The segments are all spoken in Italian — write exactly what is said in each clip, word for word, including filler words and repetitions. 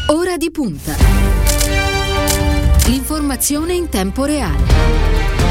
Ora di punta. L'informazione in tempo reale.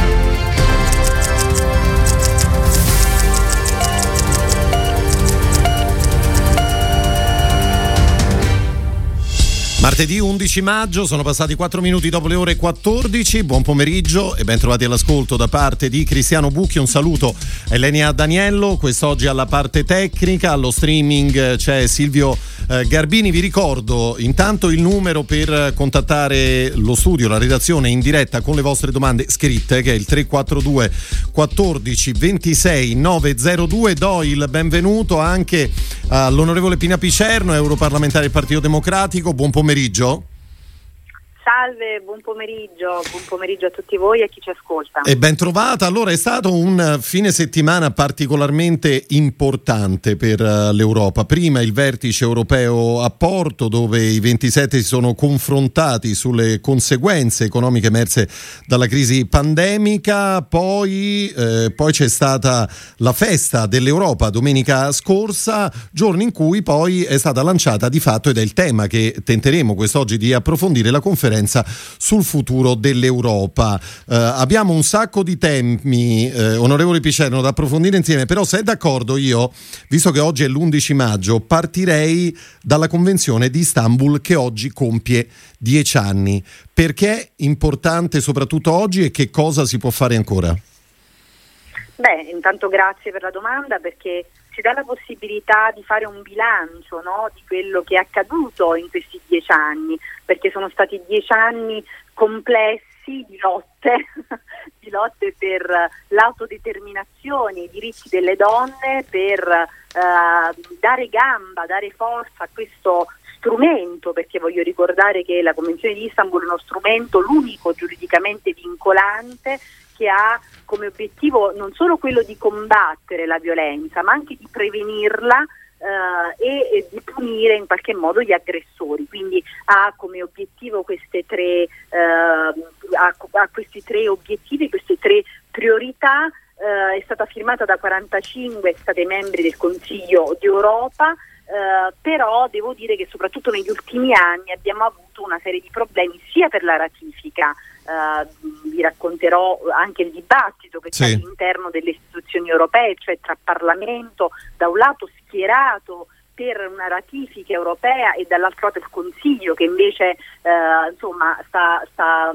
Martedì undici maggio, sono passati quattro minuti dopo le ore quattordici. Buon pomeriggio e ben trovati all'ascolto da parte di Cristiano Bucchi. Un saluto a Elenia Daniello, quest'oggi alla parte tecnica, allo streaming c'è Silvio eh, Garbini. Vi ricordo intanto il numero per contattare lo studio, la redazione in diretta con le vostre domande scritte, che è il tre quattro due quattordici ventisei novecentodue. Do il benvenuto anche all'onorevole Pina Picerno, europarlamentare del Partito Democratico. Buon pomeriggio. Salve, buon pomeriggio, buon pomeriggio a tutti voi e a chi ci ascolta. E ben trovata. Allora, è stato un fine settimana particolarmente importante per uh, l'Europa. Prima il vertice europeo a Porto, dove i ventisette si sono confrontati sulle conseguenze economiche emerse dalla crisi pandemica. Poi, eh, poi c'è stata la festa dell'Europa domenica scorsa, giorno in cui poi è stata lanciata di fatto, ed è il tema che tenteremo quest'oggi di approfondire, la conferenza sul futuro dell'Europa. Eh, abbiamo un sacco di temi, eh, onorevole Picerno, da approfondire insieme, però se è d'accordo io, visto che oggi è l'undici maggio, partirei dalla Convenzione di Istanbul che oggi compie dieci anni. Perché è importante soprattutto oggi e che cosa si può fare ancora? Beh, intanto grazie per la domanda, perché ci dà la possibilità di fare un bilancio, no, di quello che è accaduto in questi dieci anni, perché sono stati dieci anni complessi di lotte, di lotte per l'autodeterminazione, i diritti delle donne, per eh, dare gamba, dare forza a questo strumento, perché voglio ricordare che la Convenzione di Istanbul è uno strumento, l'unico giuridicamente vincolante, che ha come obiettivo non solo quello di combattere la violenza, ma anche di prevenirla eh, e, e di punire in qualche modo gli aggressori. Quindi ha come obiettivo queste tre, eh, ha, ha questi tre obiettivi, queste tre priorità. Eh, è stata firmata da quarantacinque Stati membri del Consiglio d'Europa. Uh, però devo dire che soprattutto negli ultimi anni abbiamo avuto una serie di problemi sia per la ratifica, uh, vi racconterò anche il dibattito che sì. c'è all'interno delle istituzioni europee, cioè tra Parlamento da un lato schierato per una ratifica europea e dall'altro lato il Consiglio che invece uh, insomma sta, sta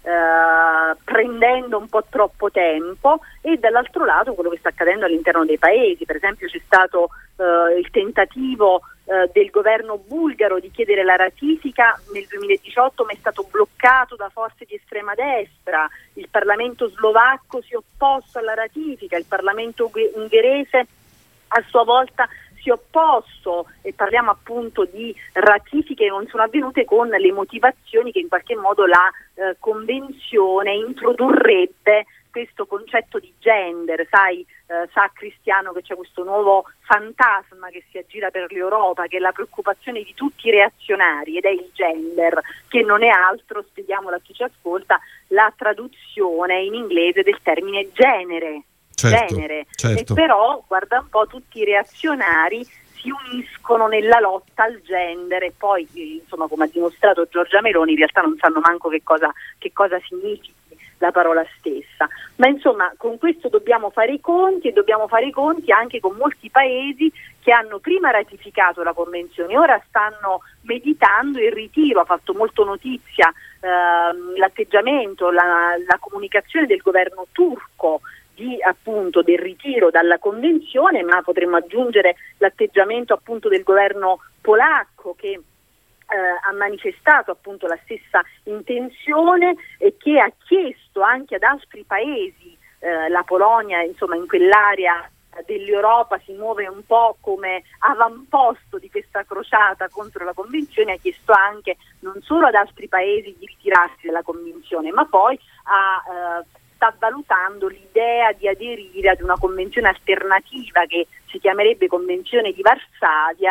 Uh, prendendo un po' troppo tempo, e dall'altro lato quello che sta accadendo all'interno dei paesi. Per esempio c'è stato uh, il tentativo uh, del governo bulgaro di chiedere la ratifica nel duemiladiciotto, ma è stato bloccato da forze di estrema destra. Il Parlamento slovacco si è opposto alla ratifica, il Parlamento ungherese a sua volta si è opposto, e parliamo appunto di ratifiche che non sono avvenute con le motivazioni che in qualche modo la eh, convenzione introdurrebbe questo concetto di gender. Sai, eh, sa Cristiano che c'è questo nuovo fantasma che si aggira per l'Europa, che è la preoccupazione di tutti i reazionari, ed è il gender, che non è altro, spieghiamolo a chi ci ascolta, la traduzione in inglese del termine genere. Certo, genere certo. E però guarda un po', tutti i reazionari si uniscono nella lotta al gender, e poi insomma, come ha dimostrato Giorgia Meloni, in realtà non sanno manco che cosa, che cosa significhi la parola stessa. Ma insomma, con questo dobbiamo fare i conti, e dobbiamo fare i conti anche con molti paesi che hanno prima ratificato la convenzione, ora stanno meditando il ritiro. Ha fatto molto notizia eh, l'atteggiamento, la, la comunicazione del governo turco di appunto del ritiro dalla convenzione, ma potremmo aggiungere l'atteggiamento appunto del governo polacco, che eh, ha manifestato appunto la stessa intenzione e che ha chiesto anche ad altri paesi, eh, la Polonia insomma in quell'area dell'Europa si muove un po' come avamposto di questa crociata contro la convenzione, ha chiesto anche non solo ad altri paesi di ritirarsi dalla convenzione, ma poi a eh, sta valutando l'idea di aderire ad una convenzione alternativa che si chiamerebbe Convenzione di Varsavia,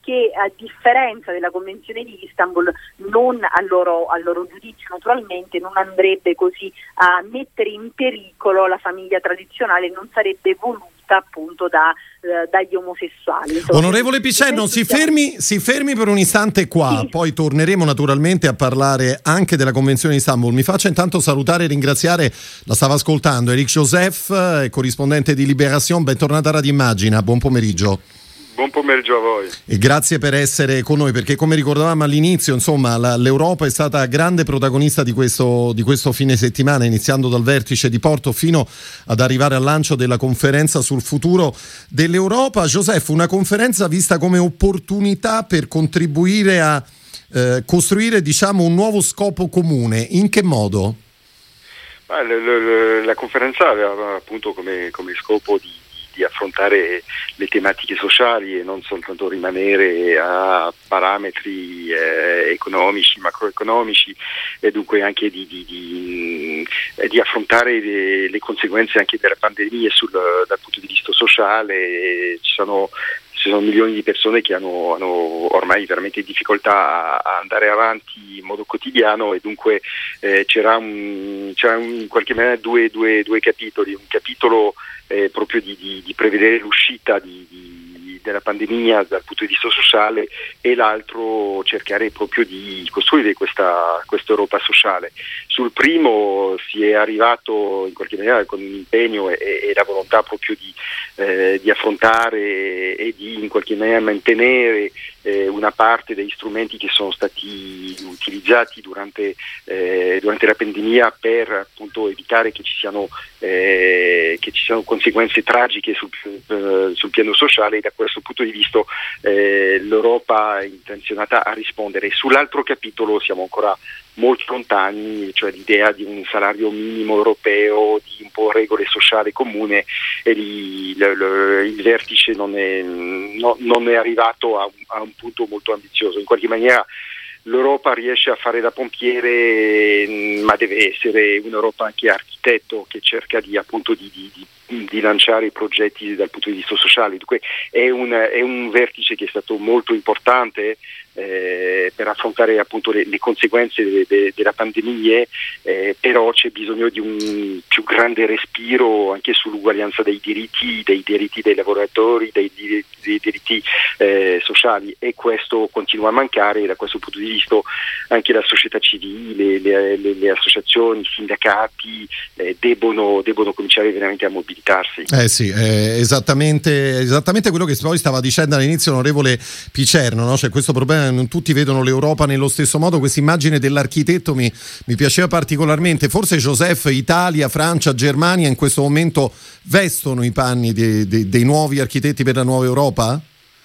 che a differenza della Convenzione di Istanbul non al loro, al loro giudizio naturalmente non andrebbe così a mettere in pericolo la famiglia tradizionale, non sarebbe voluta appunto da, eh, dagli omosessuali. Insomma, Onorevole Picerno, si fermi, si fermi per un istante qua, sì. Poi torneremo naturalmente a parlare anche della Convenzione di Istanbul. Mi faccia intanto salutare e ringraziare, la stava ascoltando, Eric Joseph, corrispondente di Libération, bentornata a Radio Immagina, buon pomeriggio. Buon pomeriggio a voi. E grazie per essere con noi, perché come ricordavamo all'inizio, insomma, la, l'Europa è stata grande protagonista di questo, di questo fine settimana, iniziando dal vertice di Porto fino ad arrivare al lancio della conferenza sul futuro dell'Europa. Joseph, una conferenza vista come opportunità per contribuire a eh, costruire, diciamo, un nuovo scopo comune. In che modo? Ah, la, la, la conferenza aveva appunto come, come scopo di di affrontare le tematiche sociali e non soltanto rimanere a parametri eh, economici, macroeconomici, e dunque anche di, di, di, di affrontare le, le conseguenze anche della pandemia sul, dal punto di vista sociale. Ci sono Ci sono milioni di persone che hanno, hanno ormai veramente difficoltà a andare avanti in modo quotidiano, e dunque eh, c'era, un, c'era un, in qualche maniera due, due, due capitoli. Un capitolo eh, proprio di, di, di prevedere l'uscita di, di, della pandemia dal punto di vista sociale, e l'altro cercare proprio di costruire questa, questa Europa sociale. Sul primo si è arrivato in qualche maniera con un impegno e, e la volontà proprio di, eh, di affrontare e di in qualche maniera mantenere eh, una parte degli strumenti che sono stati utilizzati durante, eh, durante la pandemia per appunto evitare che ci siano, eh, che ci siano conseguenze tragiche sul, eh, sul piano sociale, e da questo punto di vista eh, l'Europa è intenzionata a rispondere. Sull'altro capitolo siamo ancora molto lontani, cioè l'idea di un salario minimo europeo, di un po' regole sociali comune, e lì, l, l, il vertice non è, no, non è arrivato a, a un punto molto ambizioso. In qualche maniera l'Europa riesce a fare da pompiere, ma deve essere un'Europa anche architetto, che cerca di appunto di, di, di, di lanciare i progetti dal punto di vista sociale. Dunque è un, è un vertice che è stato molto importante eh, per affrontare appunto le, le conseguenze de, de, della pandemia, eh, però c'è bisogno di un più grande respiro anche sull'uguaglianza dei diritti, dei diritti dei lavoratori, dei diritti, dei diritti eh, sociali, e questo continua a mancare. E da questo punto di vista anche la società civile, le, le, le associazioni, i sindacati eh, debbono, debbono cominciare veramente a mobilitarsi. Eh sì, eh, esattamente, esattamente quello che poi stava dicendo all'inizio l'onorevole Picerno, no? C'è questo problema, non tutti vedono l'Europa nello stesso modo. Questa immagine dell'architetto mi, mi piaceva particolarmente. Forse Joseph, Italia, Francia, Germania in questo momento vestono i panni dei, dei, dei nuovi architetti per la nuova Europa?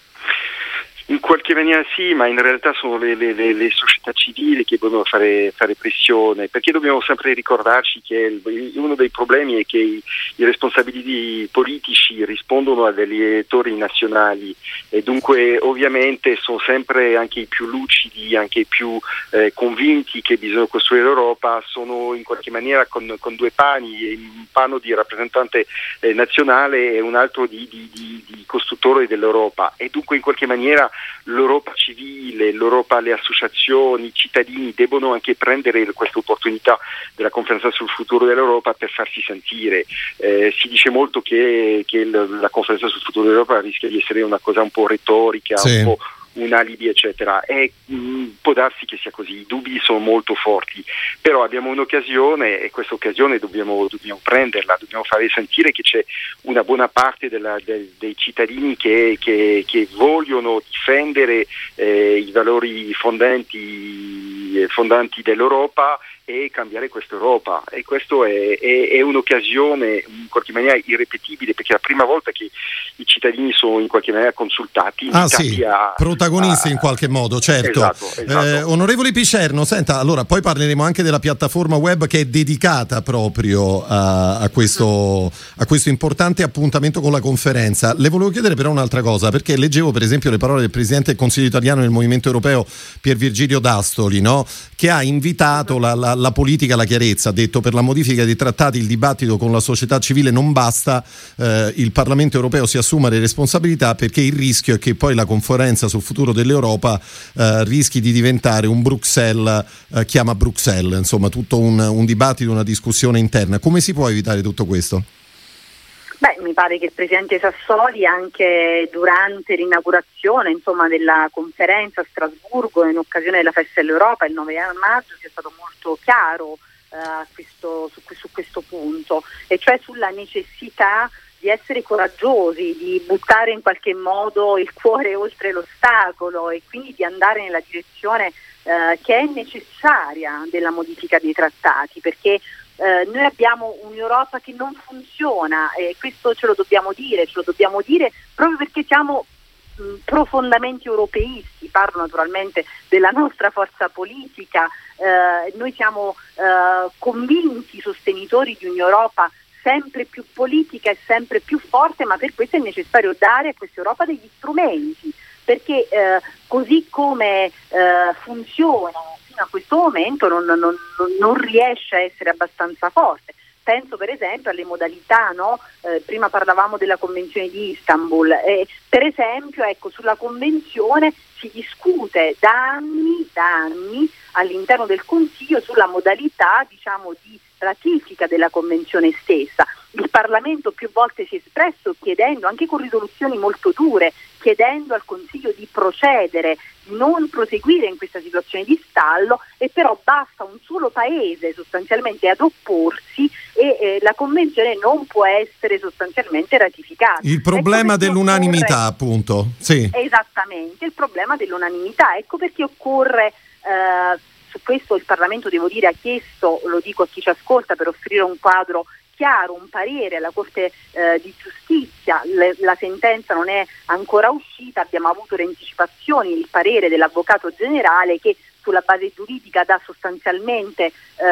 In qualche maniera sì, ma in realtà sono le, le, le società civili che devono fare, fare pressione, perché dobbiamo sempre ricordarci che il, uno dei problemi è che i, i responsabili politici rispondono a degli elettori nazionali, e dunque ovviamente sono sempre anche i più lucidi, anche i più eh, convinti che bisogna costruire l'Europa, sono in qualche maniera con, con due pani, un pano di rappresentante eh, nazionale e un altro di, di, di, di costruttore dell'Europa, e dunque in qualche maniera l'Europa civile, l'Europa, le associazioni, i cittadini devono anche prendere questa opportunità della conferenza sul futuro dell'Europa per farsi sentire. Eh, si dice molto che, che la conferenza sul futuro dell'Europa rischia di essere una cosa un po' retorica, sì, un po' un alibi eccetera, e mh, può darsi che sia così, i dubbi sono molto forti, però abbiamo un'occasione, e questa occasione dobbiamo, dobbiamo prenderla, dobbiamo fare sentire che c'è una buona parte della, del, dei cittadini che, che, che vogliono difendere eh, i valori fondanti, eh, fondanti dell'Europa e cambiare questa Europa, e questo è, è, è un'occasione in qualche maniera irripetibile, perché è la prima volta che i cittadini sono in qualche maniera consultati, ah sì, a, protagonisti a, in qualche modo, certo. Esatto, esatto. Eh, onorevole Picerno, senta, allora poi parleremo anche della piattaforma web che è dedicata proprio a, a, questo, a questo importante appuntamento con la conferenza. Le volevo chiedere però un'altra cosa, perché leggevo per esempio le parole del Presidente del Consiglio italiano del Movimento Europeo Pier Virgilio D'Astoli, no? Che ha invitato la, la la, la politica, la chiarezza. Ha detto: per la modifica dei trattati il dibattito con la società civile non basta, eh, il Parlamento europeo si assuma le responsabilità, perché il rischio è che poi la conferenza sul futuro dell'Europa eh, rischi di diventare un Bruxelles eh, chiama Bruxelles, insomma tutto un, un dibattito, una discussione interna. Come si può evitare tutto questo? Beh, mi pare che il Presidente Sassoli, anche durante l'inaugurazione insomma, della conferenza a Strasburgo in occasione della Festa dell'Europa il nove maggio, sia stato molto chiaro uh, questo, su, su questo punto, e cioè sulla necessità di essere coraggiosi, di buttare in qualche modo il cuore oltre l'ostacolo e quindi di andare nella direzione uh, che è necessaria della modifica dei trattati, perché Eh, noi abbiamo un'Europa che non funziona e questo ce lo dobbiamo dire, ce lo dobbiamo dire proprio perché siamo mh, profondamente europeisti. Parlo naturalmente della nostra forza politica, eh, noi siamo eh, convinti sostenitori di un'Europa sempre più politica e sempre più forte, ma per questo è necessario dare a questa Europa degli strumenti, perché eh, così come eh, funziona a questo momento non, non, non riesce a essere abbastanza forte. Penso per esempio alle modalità, no? Eh, prima parlavamo della Convenzione di Istanbul, eh, per esempio ecco, sulla Convenzione si discute da anni, da anni all'interno del Consiglio sulla modalità diciamo, di ratifica della Convenzione stessa. Il Parlamento più volte si è espresso chiedendo, anche con risoluzioni molto dure, chiedendo al Consiglio di procedere, di non proseguire in questa situazione di stallo, e però basta un solo paese sostanzialmente ad opporsi e eh, la Convenzione non può essere sostanzialmente ratificata. Il problema ecco dell'unanimità, occorre, appunto. Sì. Esattamente, il problema dell'unanimità. Ecco perché occorre, eh, su questo il Parlamento, devo dire, ha chiesto, lo dico a chi ci ascolta, per offrire un quadro chiaro, un parere alla Corte eh, di Giustizia. Le, la sentenza non è ancora uscita, abbiamo avuto le anticipazioni, il parere dell'Avvocato Generale che sulla base giuridica dà sostanzialmente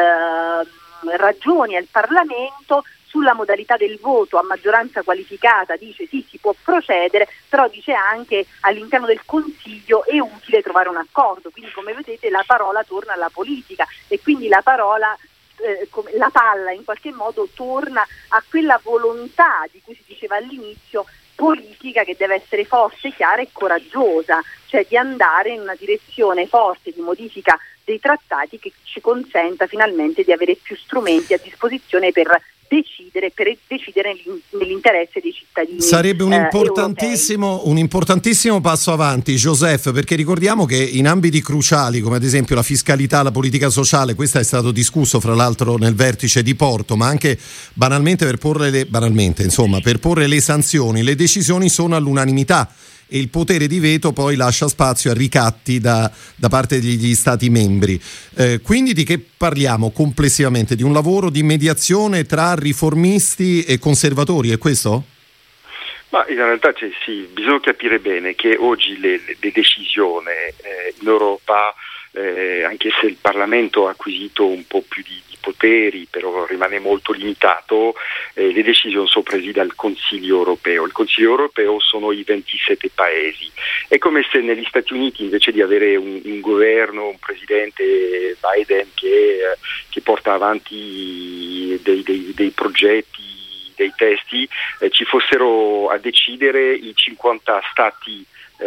eh, ragioni al Parlamento. Sulla modalità del voto a maggioranza qualificata dice sì, si può procedere, però dice anche all'interno del Consiglio è utile trovare un accordo, quindi come vedete la parola torna alla politica e quindi la parola Eh, come la palla in qualche modo torna a quella volontà di cui si diceva all'inizio, politica, che deve essere forte, chiara e coraggiosa, cioè di andare in una direzione forte di modifica dei trattati che ci consenta finalmente di avere più strumenti a disposizione per decidere per decidere nell'interesse dei cittadini. Sarebbe un importantissimo, eh, un importantissimo passo avanti, Joseph, perché ricordiamo che in ambiti cruciali come ad esempio la fiscalità, la politica sociale, questo è stato discusso fra l'altro nel vertice di Porto, ma anche banalmente per porre le, banalmente insomma per porre le sanzioni, le decisioni sono all'unanimità e il potere di veto poi lascia spazio a ricatti da, da parte degli Stati membri. Eh, quindi di che parliamo complessivamente? Di un lavoro di mediazione tra riformisti e conservatori, è questo? Ma in realtà cioè, sì, bisogna capire bene che oggi le, le decisioni eh, in Europa, eh, anche se il Parlamento ha acquisito un po' più di, di poteri, però rimane molto limitato, eh, le decisioni sono prese dal Consiglio europeo. Il Consiglio europeo sono i ventisette paesi. È come se negli Stati Uniti, invece di avere un, un governo, un presidente Biden che, eh, che porta avanti dei, dei, dei progetti, dei testi, eh, ci fossero a decidere i cinquanta stati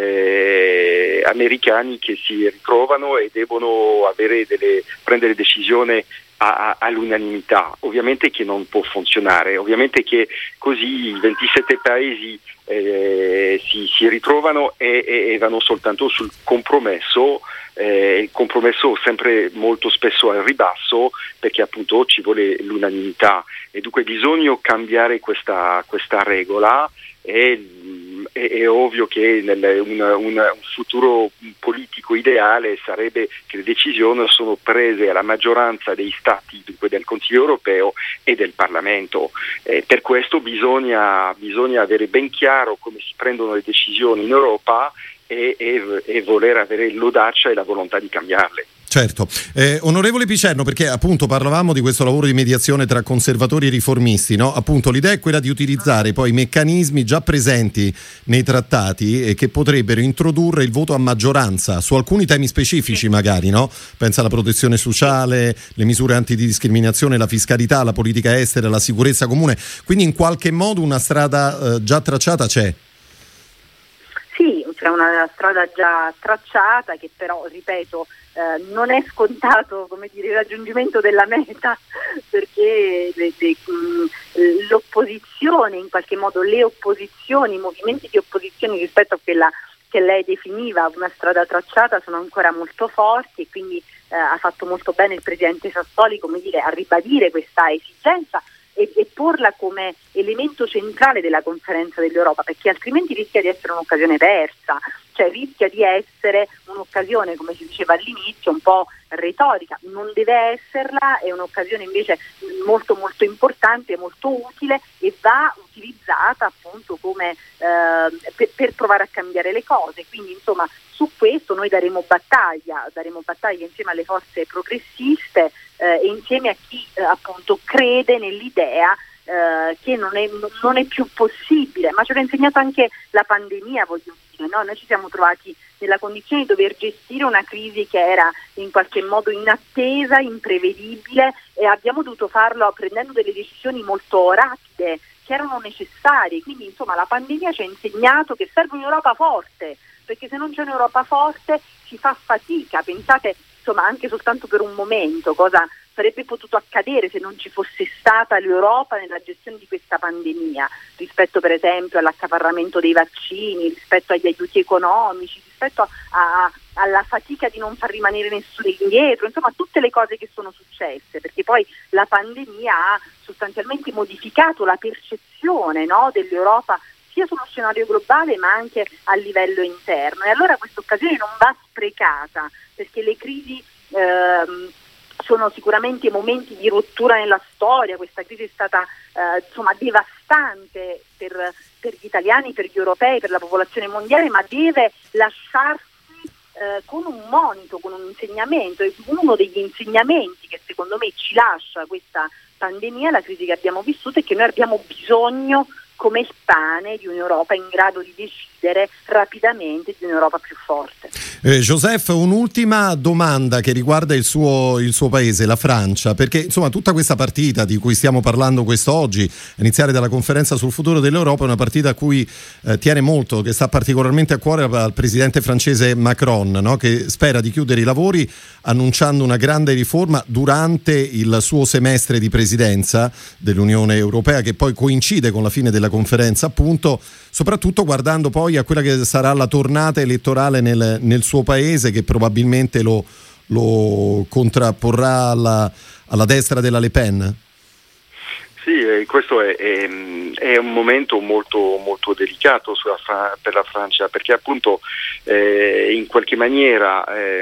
eh, americani che si ritrovano e devono avere delle, prendere decisioni a, a, all'unanimità. Ovviamente che non può funzionare, ovviamente che così i ventisette paesi eh, si, si ritrovano e, e, e vanno soltanto sul compromesso. Eh, il compromesso sempre molto spesso al ribasso, perché appunto ci vuole l'unanimità e dunque bisogna cambiare questa, questa regola. E è, è ovvio che nel, un, un, un futuro politico ideale sarebbe che le decisioni sono prese alla maggioranza dei Stati, dunque del Consiglio europeo e del Parlamento. Eh, per questo bisogna, bisogna avere ben chiaro come si prendono le decisioni in Europa E, e, e voler avere l'audacia e la volontà di cambiarle. Certo. Eh, onorevole Picerno, perché appunto parlavamo di questo lavoro di mediazione tra conservatori e riformisti, no? Appunto l'idea è quella di utilizzare poi meccanismi già presenti nei trattati e che potrebbero introdurre il voto a maggioranza su alcuni temi specifici magari, no? Pensa alla protezione sociale, le misure antidiscriminazione, la fiscalità, la politica estera, la sicurezza comune, quindi in qualche modo una strada eh, già tracciata c'è. Sì, c'è una strada già tracciata che però, ripeto, eh, non è scontato, come dire, il raggiungimento della meta, perché le, le, mh, l'opposizione, in qualche modo le opposizioni, i movimenti di opposizione rispetto a quella che lei definiva una strada tracciata sono ancora molto forti, e quindi eh, ha fatto molto bene il Presidente Sassoli, come dire, a ribadire questa esigenza e, e porla come elemento centrale della conferenza dell'Europa, perché altrimenti rischia di essere un'occasione persa, cioè rischia di essere un'occasione, come si diceva all'inizio, un po' retorica. Non deve esserla, è un'occasione invece molto molto importante, molto utile, e va utilizzata appunto come eh, per, per provare a cambiare le cose. Quindi insomma su questo noi daremo battaglia, daremo battaglia insieme alle forze progressiste eh, e insieme a chi eh, appunto crede nell'idea eh, che non è, non è più possibile, ma ce l'ha insegnato anche la pandemia, voglio dire, no? Noi ci siamo trovati nella condizione di dover gestire una crisi che era in qualche modo inattesa, imprevedibile, e abbiamo dovuto farlo prendendo delle decisioni molto rapide che erano necessarie. Quindi insomma la pandemia ci ha insegnato che serve un'Europa forte, perché se non c'è un'Europa forte si fa fatica. Pensate insomma anche soltanto per un momento cosa sarebbe potuto accadere se non ci fosse stata l'Europa nella gestione di questa pandemia, rispetto per esempio all'accaparramento dei vaccini, rispetto agli aiuti economici, rispetto a, a, alla fatica di non far rimanere nessuno indietro, insomma tutte le cose che sono successe, perché poi la pandemia ha sostanzialmente modificato la percezione, no, dell'Europa sia sullo scenario globale ma anche a livello interno. E allora questa occasione non va sprecata, perché le crisi ehm, sono sicuramente momenti di rottura nella storia. Questa crisi è stata eh, insomma devastante per, per gli italiani, per gli europei, per la popolazione mondiale, ma deve lasciarsi eh, con un monito, con un insegnamento. E uno degli insegnamenti che secondo me ci lascia questa pandemia, la crisi che abbiamo vissuto, è che noi abbiamo bisogno come il pane di un'Europa in grado di decidere rapidamente, di un'Europa più forte. Eh, Joseph, un'ultima domanda che riguarda il suo, il suo paese, la Francia, perché insomma tutta questa partita di cui stiamo parlando quest'oggi, a iniziare dalla conferenza sul futuro dell'Europa, è una partita a cui eh, tiene molto, che sta particolarmente a cuore al presidente francese Macron, no? Che spera di chiudere i lavori annunciando una grande riforma durante il suo semestre di presidenza dell'Unione Europea, che poi coincide con la fine della conferenza, appunto, soprattutto guardando poi a quella che sarà la tornata elettorale nel, nel suo paese, che probabilmente lo, lo contrapporrà alla, alla destra della Le Pen. Sì, eh, questo è, è, è un momento molto, molto delicato sulla Fra- per la Francia, perché appunto eh, in qualche maniera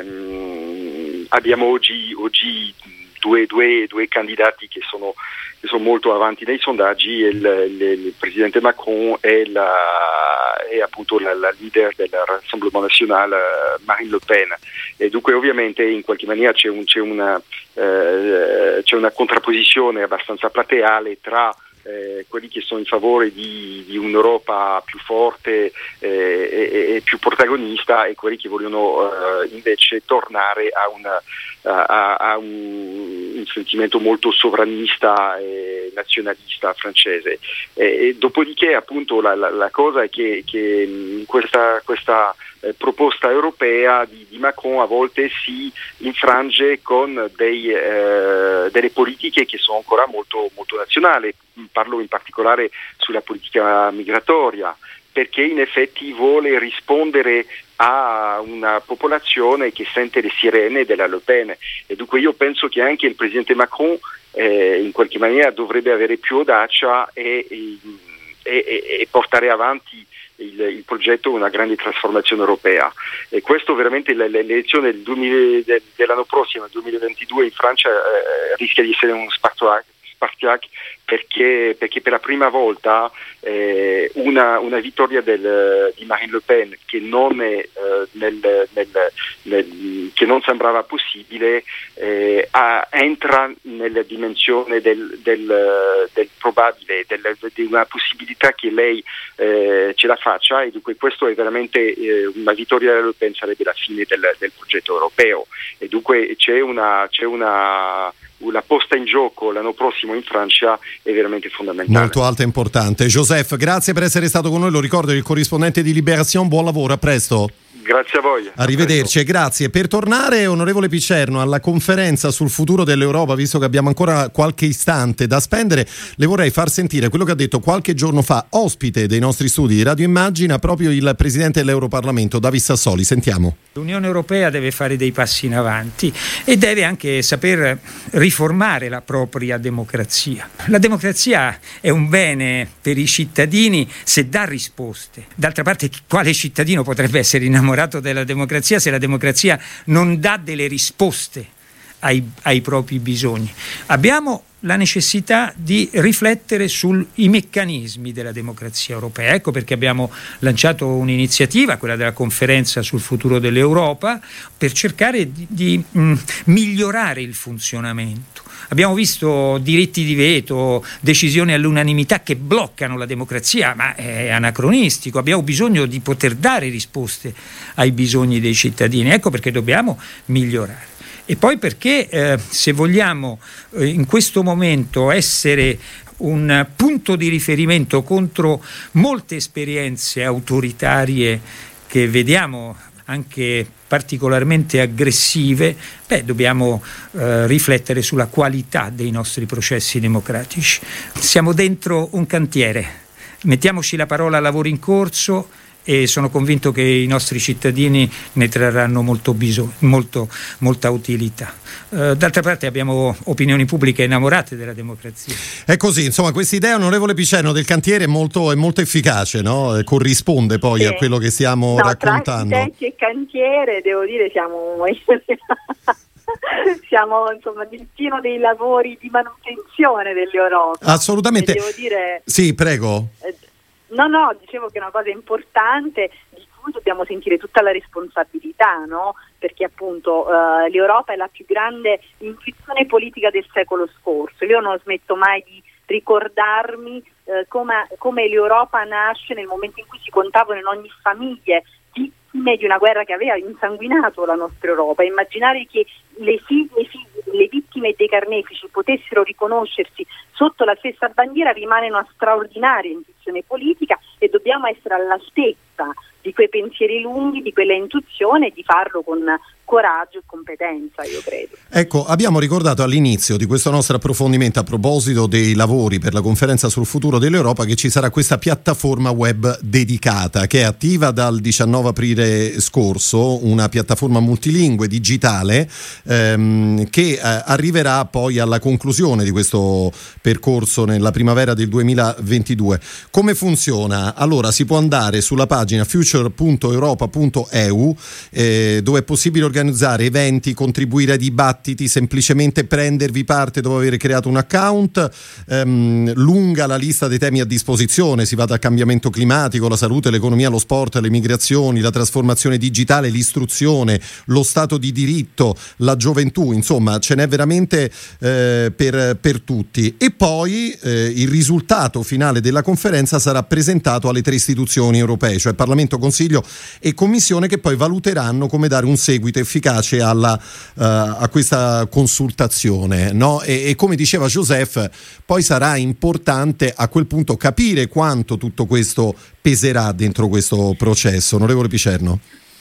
ehm, abbiamo oggi, oggi due, due, due candidati che sono, che sono molto avanti nei sondaggi, il, il, il presidente Macron e, la, e appunto la, la leader del Rassemblement National Marine Le Pen, e dunque ovviamente in qualche maniera c'è, un, c'è, una, eh, c'è una contrapposizione abbastanza plateale tra Eh, quelli che sono in favore di, di un'Europa più forte eh, e, e più protagonista, e quelli che vogliono eh, invece tornare a, una, a, a un, un sentimento molto sovranista e nazionalista francese. E, e dopodiché appunto la, la, la cosa è che, che questa, questa eh, proposta europea di, di Macron a volte si infrange con dei, eh, delle politiche che sono ancora molto, molto nazionali. Parlo in particolare sulla politica migratoria, perché in effetti vuole rispondere a una popolazione che sente le sirene della Le Pen, e dunque io penso che anche il presidente Macron eh, in qualche maniera dovrebbe avere più audacia e, e, e, e portare avanti il, il progetto una grande trasformazione europea. E questo veramente l'elezione del duemila, del, dell'anno prossimo, il duemilaventidue, in Francia eh, rischia di essere un spartiacque, perché, perché per la prima volta eh, una, una vittoria del, di Marine Le Pen che non è, eh, nel, nel, nel, che che non sembrava possibile, eh, a, entra nella dimensione del, del, del probabile, del, di una possibilità che lei eh, ce la faccia, e dunque questo è veramente eh, una vittoria della Le Pen, sarebbe la fine del, del progetto europeo, e dunque c'è una, c'è una la posta in gioco l'anno prossimo in Francia è veramente fondamentale. Molto alta e importante. Joseph, grazie per essere stato con noi, lo ricordo, il corrispondente di Libération, buon lavoro, a presto. Grazie a voi. Arrivederci e grazie. Per tornare, onorevole Picerno, alla conferenza sul futuro dell'Europa, visto che abbiamo ancora qualche istante da spendere, le vorrei far sentire quello che ha detto qualche giorno fa, ospite dei nostri studi di Radio Immagina, proprio il presidente dell'Europarlamento, David Sassoli. Sentiamo. L'Unione Europea deve fare dei passi in avanti e deve anche saper riformare la propria democrazia. La democrazia è un bene per i cittadini se dà risposte. D'altra parte, quale cittadino potrebbe essere innamorato della democrazia se la democrazia non dà delle risposte ai, ai propri bisogni? Abbiamo la necessità di riflettere sui meccanismi della democrazia europea. Ecco perché abbiamo lanciato un'iniziativa, quella della conferenza sul futuro dell'Europa, per cercare di, di mh, migliorare il funzionamento. Abbiamo visto diritti di veto, decisioni all'unanimità che bloccano la democrazia, ma è anacronistico. Abbiamo bisogno di poter dare risposte ai bisogni dei cittadini. Ecco perché dobbiamo migliorare. E poi perché eh, se vogliamo eh, in questo momento essere un punto di riferimento contro molte esperienze autoritarie che vediamo anche particolarmente aggressive, beh, dobbiamo eh, riflettere sulla qualità dei nostri processi democratici. Siamo dentro un cantiere, mettiamoci la parola lavoro in corso, e sono convinto che i nostri cittadini ne trarranno molto bisogno, molto, molta utilità. Uh, d'altra parte abbiamo opinioni pubbliche innamorate della democrazia. È così, insomma, questa idea, onorevole Picerno, del cantiere è molto, è molto efficace, no? Corrisponde poi sì. a quello che stiamo no, raccontando. Tra architetti e cantiere, devo dire, siamo siamo insomma nel pieno dei lavori di manutenzione dell'Europa. Assolutamente. E devo dire, sì, prego. Eh, No, no, dicevo che è una cosa importante di cui dobbiamo sentire tutta la responsabilità, no? Perché appunto uh, l'Europa è la più grande intuizione politica del secolo scorso. Io non smetto mai di ricordarmi uh, come, come l'Europa nasce nel momento in cui si contavano in ogni famiglia vittime di una guerra che aveva insanguinato la nostra Europa. Immaginare che le figlie, le figlie delle vittime dei carnefici potessero riconoscersi sotto la stessa bandiera rimane una straordinaria intuizione politica, e dobbiamo essere all'altezza di quei pensieri lunghi, di quella intuizione, e di farlo con coraggio e competenza, io credo. Ecco, abbiamo ricordato all'inizio di questo nostro approfondimento, a proposito dei lavori per la conferenza sul futuro dell'Europa, che ci sarà questa piattaforma web dedicata che è attiva dal diciannove aprile scorso, una piattaforma multilingue digitale ehm, che eh, arriverà poi alla conclusione di questo percorso nella primavera del duemilaventidue. Come funziona? Allora, si può andare sulla pagina future punto europa punto e u eh, dove è possibile organizzare eventi, contribuire ai dibattiti, semplicemente prendervi parte dopo aver creato un account. Ehm, lunga la lista dei temi a disposizione, si va dal cambiamento climatico, la salute, l'economia, lo sport, le migrazioni, la trasformazione digitale, l'istruzione, lo stato di diritto, la gioventù, insomma ce n'è veramente eh, per, per tutti. E poi eh, il risultato finale della conferenza sarà presentato alle tre istituzioni europee, cioè Parlamento, Consiglio e Commissione, che poi valuteranno come dare un seguito efficace alla, uh, a questa consultazione, no? E, e come diceva Joseph, poi sarà importante a quel punto capire quanto tutto questo peserà dentro questo processo. Onorevole Picerno.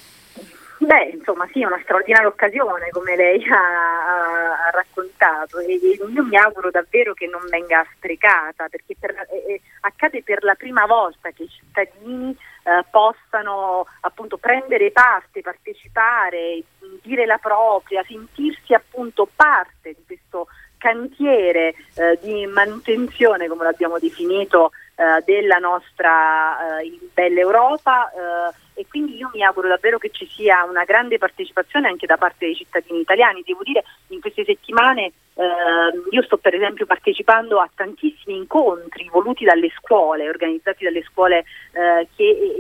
Beh, insomma sì, è una straordinaria occasione, come lei ha, ha raccontato, e io mi auguro davvero che non venga sprecata, perché per, eh, accade per la prima volta che i cittadini eh, possano appunto prendere parte, partecipare, dire la propria, sentirsi appunto parte di questo cantiere eh, di manutenzione, come l'abbiamo definito, eh, della nostra eh, bella Europa, eh, e quindi io mi auguro davvero che ci sia una grande partecipazione anche da parte dei cittadini italiani. Devo dire, in queste settimane eh, io sto per esempio partecipando a tantissimi incontri voluti dalle scuole, organizzati dalle scuole, eh, che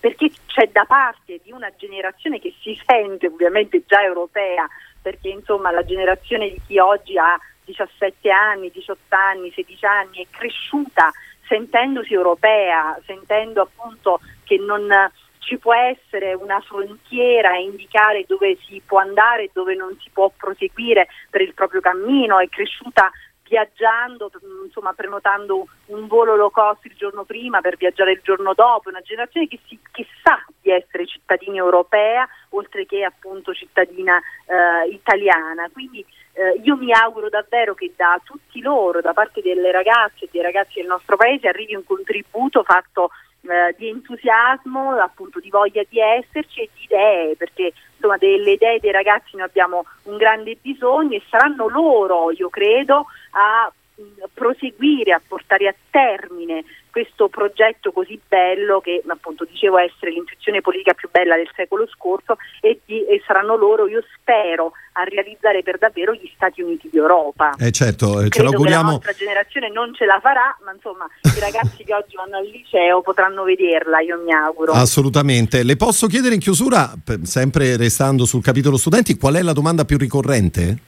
perché c'è da parte di una generazione che si sente ovviamente già europea, perché insomma la generazione di chi oggi ha diciassette anni, diciotto anni, sedici anni è cresciuta sentendosi europea, sentendo appunto che non ci può essere una frontiera a indicare dove si può andare e dove non si può proseguire per il proprio cammino, è cresciuta viaggiando, insomma prenotando un volo low cost il giorno prima per viaggiare il giorno dopo, una generazione che, si, che sa di essere cittadina europea oltre che appunto cittadina eh, italiana. Quindi eh, io mi auguro davvero che da tutti loro, da parte delle ragazze e dei ragazzi del nostro paese, arrivi un contributo fatto eh, di entusiasmo, appunto di voglia di esserci e di idee, perché insomma delle idee dei ragazzi ne abbiamo un grande bisogno e saranno loro, io credo, a mh, proseguire, a portare a termine questo progetto così bello che appunto dicevo essere l'intuizione politica più bella del secolo scorso e, di, e saranno loro, io spero, a realizzare per davvero gli Stati Uniti d'Europa. Eh certo, eh, ce Credo l'auguriamo. Che la nostra generazione non ce la farà, ma insomma i ragazzi che oggi vanno al liceo potranno vederla, io mi auguro. Assolutamente. Le posso chiedere in chiusura, sempre restando sul capitolo studenti, qual è la domanda più ricorrente?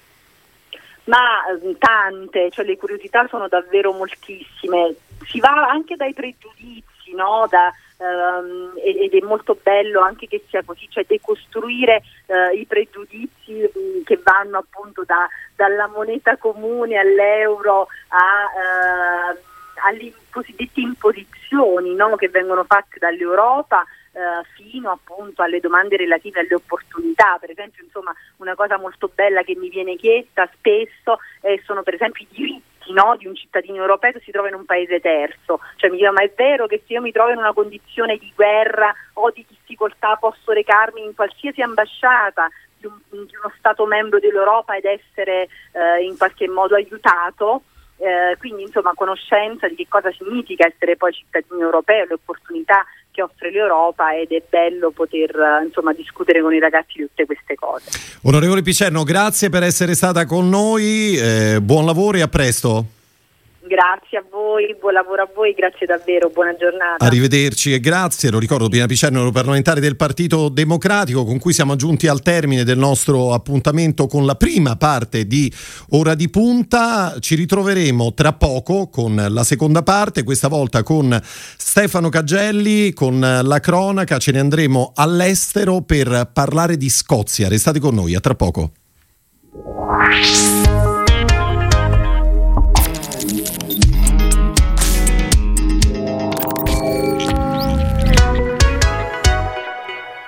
Ma tante, cioè le curiosità sono davvero moltissime, si va anche dai pregiudizi, no? Da, ehm, ed è molto bello anche che sia così, cioè decostruire eh, i pregiudizi mh, che vanno appunto da, dalla moneta comune all'euro a, eh, alle cosiddette imposizioni, no? Che vengono fatte dall'Europa, Uh, fino appunto alle domande relative alle opportunità. Per esempio, insomma, una cosa molto bella che mi viene chiesta spesso eh, sono per esempio i diritti, no, di un cittadino europeo che si trova in un paese terzo. Cioè mi dicono: ma è vero che se io mi trovo in una condizione di guerra o di difficoltà posso recarmi in qualsiasi ambasciata di, un, di uno Stato membro dell'Europa ed essere eh, in qualche modo aiutato? Eh, quindi insomma conoscenza di che cosa significa essere poi cittadini europei, le opportunità che offre l'Europa, ed è bello poter insomma discutere con i ragazzi di tutte queste cose. Onorevole Picerno, grazie per essere stata con noi, eh, buon lavoro e a presto. Grazie a voi, buon lavoro a voi, grazie davvero, buona giornata. Arrivederci e grazie. Lo ricordo, Pina Picerno, europarlamentare del Partito Democratico, con cui siamo giunti al termine del nostro appuntamento con la prima parte di Ora di Punta. Ci ritroveremo tra poco con la seconda parte, questa volta con Stefano Cagelli, con la cronaca. Ce ne andremo all'estero per parlare di Scozia. Restate con noi, a tra poco.